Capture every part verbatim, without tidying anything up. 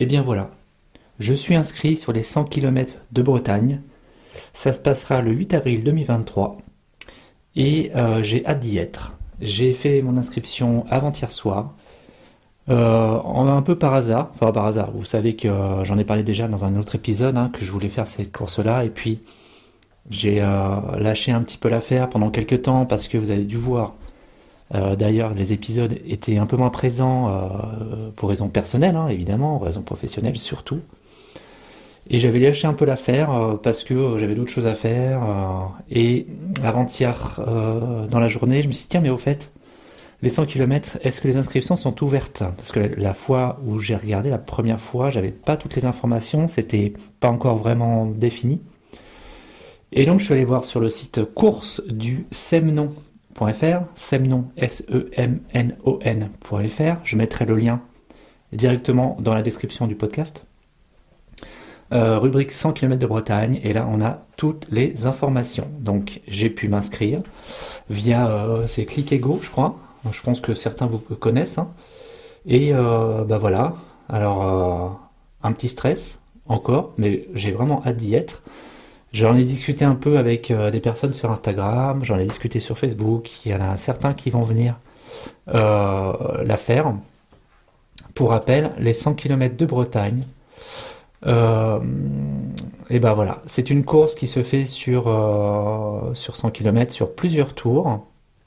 Eh bien voilà, je suis inscrit sur les cent kilomètres de Bretagne. Ça se passera le huit avril deux mille vingt-trois et euh, j'ai hâte d'y être. J'ai fait mon inscription avant-hier soir, euh, un peu par hasard, enfin par hasard, vous savez que euh, j'en ai parlé déjà dans un autre épisode, hein, que je voulais faire cette course-là, et puis j'ai euh, lâché un petit peu l'affaire pendant quelques temps parce que vous avez dû voir. Euh, d'ailleurs, les épisodes étaient un peu moins présents euh, pour raisons personnelles, hein, évidemment, raisons professionnelles surtout. Et j'avais lâché un peu l'affaire euh, parce que euh, j'avais d'autres choses à faire. euh, et avant-hier, euh, dans la journée, je me suis dit, tiens, mais au fait, les cent kilomètres, est-ce que les inscriptions sont ouvertes? Parce que la fois où j'ai regardé, la première fois, j'avais pas toutes les informations, c'était pas encore vraiment défini. Et donc, je suis allé voir sur le site course du Semnon. .fr, Semnon, S E M N O N.fr. Je mettrai le lien directement dans la description du podcast. Euh, rubrique cent kilomètres de Bretagne, et là on a toutes les informations. Donc j'ai pu m'inscrire via euh, c'est Click et Go, je crois. Je pense que certains vous connaissent. Hein. Et euh, bah voilà. Alors euh, un petit stress encore, mais j'ai vraiment hâte d'y être. J'en ai discuté un peu avec euh, des personnes sur Instagram, j'en ai discuté sur Facebook, il y en a certains qui vont venir euh, la faire. Pour rappel, les cent kilomètres de Bretagne, euh, et ben voilà, c'est une course qui se fait sur, euh, sur cent kilomètres, sur plusieurs tours.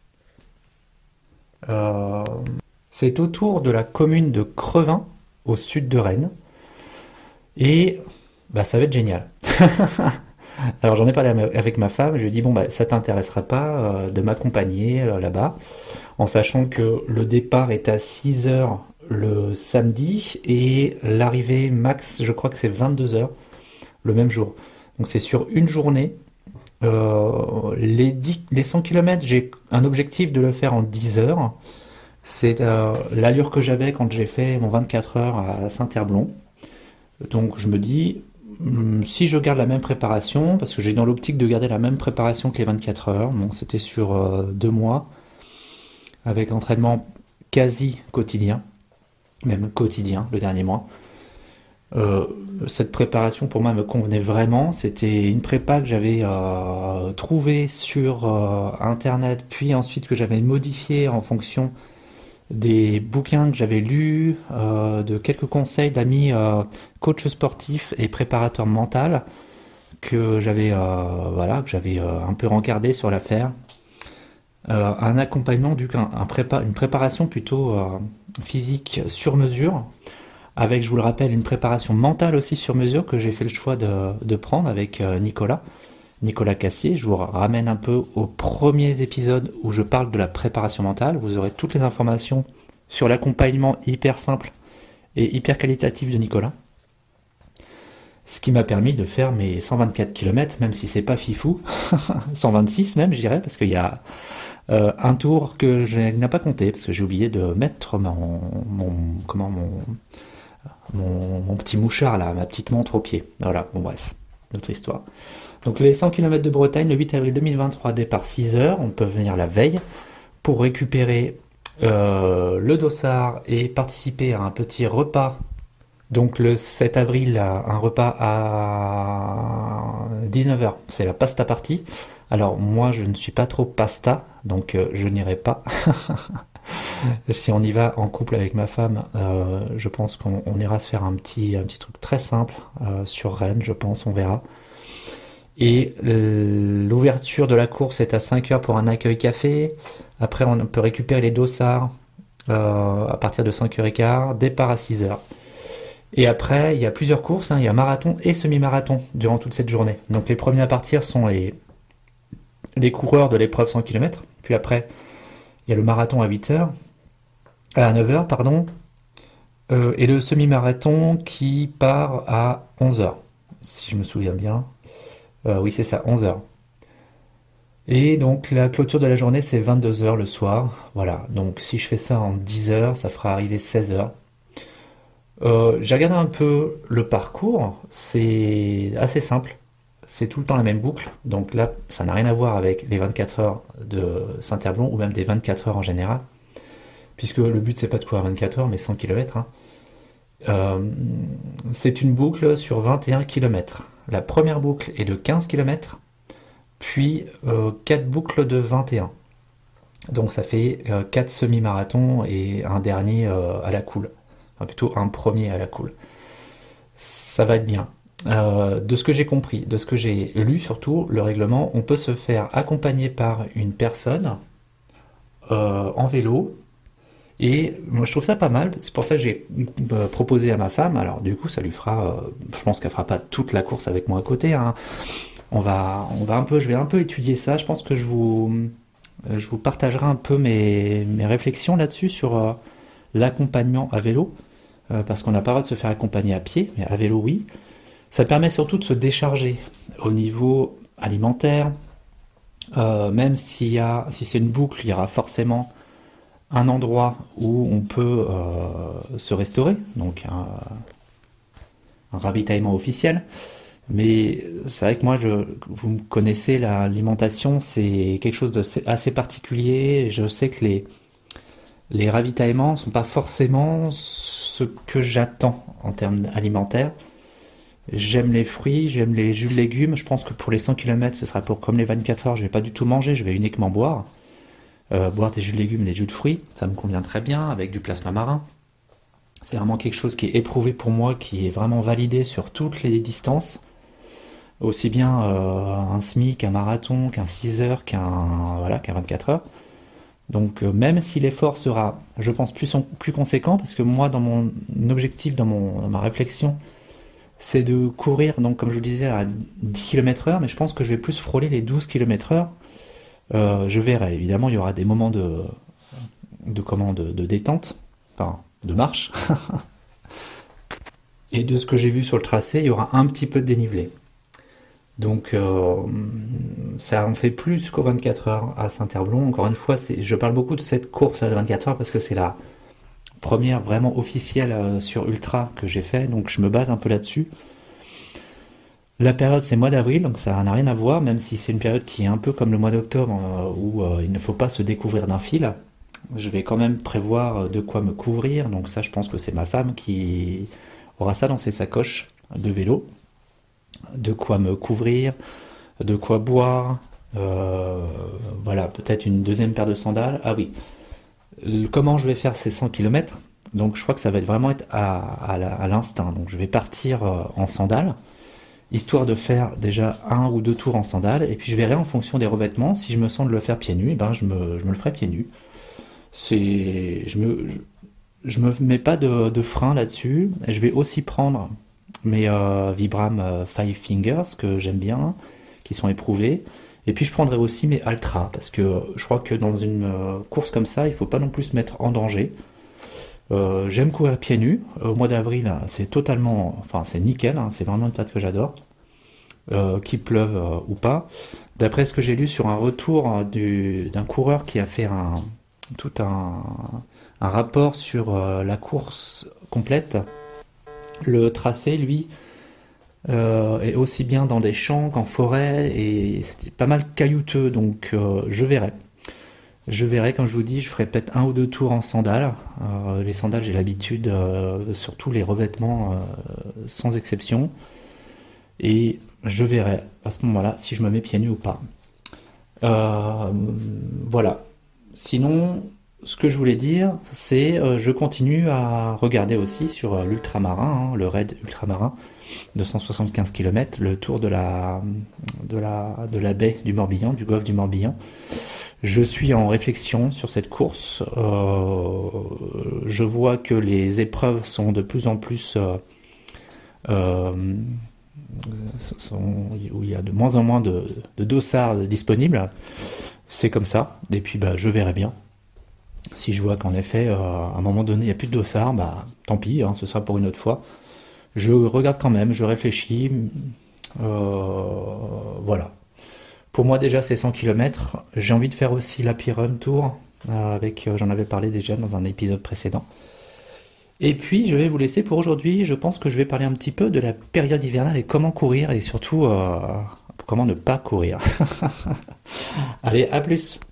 Euh, c'est autour de la commune de Crevin, au sud de Rennes, et bah, ça va être génial. Alors j'en ai parlé avec ma femme, je lui ai dit bon bah ça t'intéresserait pas euh, de m'accompagner euh, là-bas, en sachant que le départ est à six heures le samedi et l'arrivée max je crois que c'est vingt-deux heures le même jour. Donc c'est sur une journée. Euh, les, dix, les cent kilomètres, j'ai un objectif de le faire en dix heures. C'est euh, l'allure que j'avais quand j'ai fait mon vingt-quatre heures à Saint-Herblon. Donc je me dis, si je garde la même préparation, parce que j'ai dans l'optique de garder la même préparation que les vingt-quatre heures, donc c'était sur euh, deux mois, avec l'entraînement quasi quotidien, même quotidien le dernier mois. Euh, cette préparation pour moi me convenait vraiment, c'était une prépa que j'avais euh, trouvée sur euh, internet, puis ensuite que j'avais modifiée en fonction des bouquins que j'avais lus, euh, de quelques conseils d'amis euh, coachs sportifs et préparateurs mental que j'avais euh, voilà que j'avais euh, un peu rencardé sur l'affaire. Euh, un accompagnement du un, un prépa, une préparation plutôt euh, physique sur mesure, avec, je vous le rappelle, une préparation mentale aussi sur mesure que j'ai fait le choix de, de prendre avec euh, Nicolas. Nicolas Cassier, je vous ramène un peu aux premiers épisodes où je parle de la préparation mentale. Vous aurez toutes les informations sur l'accompagnement hyper simple et hyper qualitatif de Nicolas. Ce qui m'a permis de faire mes cent vingt-quatre kilomètres, même si c'est pas fifou, cent vingt-six même je dirais, parce qu'il y a euh, un tour que je n'ai pas compté, parce que j'ai oublié de mettre mon, mon, comment, mon, mon, mon petit mouchard là, ma petite montre au pied. Voilà, bon bref, notre histoire. Donc les cent kilomètres de Bretagne, le huit avril deux mille vingt-trois, départ six heures, on peut venir la veille pour récupérer euh, le dossard et participer à un petit repas. Donc le sept avril, un repas à dix-neuf heures, c'est la pasta party. Alors moi je ne suis pas trop pasta, donc euh, je n'irai pas. Si on y va en couple avec ma femme, euh, je pense qu'on on ira se faire un petit, un petit truc très simple euh, sur Rennes, je pense, on verra. Et l'ouverture de la course est à cinq heures pour un accueil café. Après, on peut récupérer les dossards euh, à partir de cinq heures quinze, départ à six heures. Et après, il y a plusieurs courses, hein, il y a marathon et semi-marathon durant toute cette journée. Donc les premiers à partir sont les, les coureurs de l'épreuve cent kilomètres. Puis après, il y a le marathon à huit heures, à neuf heures, pardon. Euh, et le semi-marathon qui part à onze heures, si je me souviens bien. Euh, oui, c'est ça, onze heures. Et donc la clôture de la journée, c'est vingt-deux heures le soir. Voilà, donc si je fais ça en dix heures, ça fera arriver seize heures. Euh, j'ai regardé un peu le parcours, c'est assez simple. C'est tout le temps la même boucle. Donc là, ça n'a rien à voir avec les vingt-quatre heures de Saint-Herblon ou même des vingt-quatre heures en général. Puisque le but, c'est pas de courir vingt-quatre heures, mais cent kilomètres. Hein. Euh, c'est une boucle sur vingt et un kilomètres. La première boucle est de quinze kilomètres, puis euh, quatre boucles de vingt et un. Donc ça fait euh, quatre semi-marathons et un dernier euh, à la cool. Enfin plutôt un premier à la cool. Ça va être bien. Euh, de ce que j'ai compris, de ce que j'ai lu surtout, le règlement, on peut se faire accompagner par une personne euh, en vélo. Et moi je trouve ça pas mal, c'est pour ça que j'ai euh, proposé à ma femme, alors du coup ça lui fera, euh, je pense qu'elle fera pas toute la course avec moi à côté, hein. On va, on va un peu, je vais un peu étudier ça, je pense que je vous, euh, je vous partagerai un peu mes, mes réflexions là-dessus sur euh, l'accompagnement à vélo, euh, parce qu'on n'a pas le droit de se faire accompagner à pied, mais à vélo oui. Ça permet surtout de se décharger au niveau alimentaire, euh, même s'il y a, si c'est une boucle, il y aura forcément un endroit où on peut euh, se restaurer, donc un, un ravitaillement officiel. Mais c'est vrai que moi, je, vous me connaissez, l'alimentation, c'est quelque chose de assez particulier. Je sais que les, les ravitaillements sont pas forcément ce que j'attends en termes alimentaires. J'aime les fruits, j'aime les jus de légumes. Je pense que pour les cent kilomètres, ce sera pour comme les vingt-quatre heures, je vais pas du tout manger, je vais uniquement boire. Euh, boire des jus de légumes, des jus de fruits, ça me convient très bien avec du plasma marin. C'est vraiment quelque chose qui est éprouvé pour moi, qui est vraiment validé sur toutes les distances. Aussi bien euh, un semi qu'un marathon, qu'un six heures, qu'un voilà, qu'un vingt-quatre heures. Donc euh, même si l'effort sera, je pense, plus, plus conséquent, parce que moi, dans mon objectif, dans, mon, dans ma réflexion, c'est de courir, donc comme je vous disais, à dix kilomètres heure, mais je pense que je vais plus frôler les douze kilomètres heure. Euh, je verrai, évidemment, il y aura des moments de, de, comment, de, de détente, enfin, de marche. Et de ce que j'ai vu sur le tracé, il y aura un petit peu de dénivelé. Donc, euh, ça en fait plus qu'au vingt-quatre heures à Saint-Herblon. Encore une fois, c'est, je parle beaucoup de cette course à vingt-quatre heures parce que c'est la première vraiment officielle sur Ultra que j'ai fait, donc je me base un peu là-dessus. La période c'est mois d'avril, donc ça n'a rien à voir, même si c'est une période qui est un peu comme le mois d'octobre, euh, où euh, il ne faut pas se découvrir d'un fil. Je vais quand même prévoir de quoi me couvrir, donc ça je pense que c'est ma femme qui aura ça dans ses sacoches de vélo. De quoi me couvrir, de quoi boire, euh, voilà, peut-être une deuxième paire de sandales. Ah oui, comment je vais faire ces cent kilomètres? Donc je crois que ça va être vraiment être à, à, à l'instinct, donc je vais partir euh, en sandales, histoire de faire déjà un ou deux tours en sandales, et puis je verrai en fonction des revêtements, si je me sens de le faire pieds nus, et ben je me, je me le ferai pieds nus. C'est, je me, je, je me mets pas de, de frein là-dessus. Je vais aussi prendre mes euh, Vibram euh, Five Fingers que j'aime bien, qui sont éprouvés, et puis je prendrai aussi mes Altra, parce que je crois que dans une euh, course comme ça, il faut pas non plus se mettre en danger. Euh, j'aime courir pieds nus. Au mois d'avril, c'est totalement, enfin c'est nickel, hein, c'est vraiment une période que j'adore, euh, qu'il pleuve euh, ou pas. D'après ce que j'ai lu sur un retour du, d'un coureur qui a fait un, tout un, un rapport sur euh, la course complète, le tracé, lui, euh, est aussi bien dans des champs qu'en forêt, et c'est pas mal caillouteux, donc euh, je verrai. Je verrai, comme je vous dis, je ferai peut-être un ou deux tours en sandales. Euh, les sandales, j'ai l'habitude, euh, sur tous les revêtements, euh, sans exception. Et je verrai à ce moment-là si je me mets pieds nus ou pas. Euh, voilà. Sinon, ce que je voulais dire, c'est euh, je continue à regarder aussi sur euh, l'ultramarin, hein, le raid ultramarin, deux cent soixante-quinze kilomètres, le tour de la, de la, de la baie du Morbihan, du golfe du Morbihan. Je suis en réflexion sur cette course. Euh, je vois que les épreuves sont de plus en plus euh, euh, sont, où il y a de moins en moins de, de dossards disponibles. C'est comme ça. Et puis bah, je verrai bien. Si je vois qu'en effet, euh, à un moment donné, il n'y a plus de dossards, bah tant pis, hein, ce sera pour une autre fois. Je regarde quand même, je réfléchis. Euh, voilà. Pour moi déjà c'est cent kilomètres, j'ai envie de faire aussi l'Happy Run Tour, euh, avec, euh, j'en avais parlé déjà dans un épisode précédent. Et puis je vais vous laisser pour aujourd'hui, je pense que je vais parler un petit peu de la période hivernale et comment courir, et surtout euh, comment ne pas courir. Allez, à plus!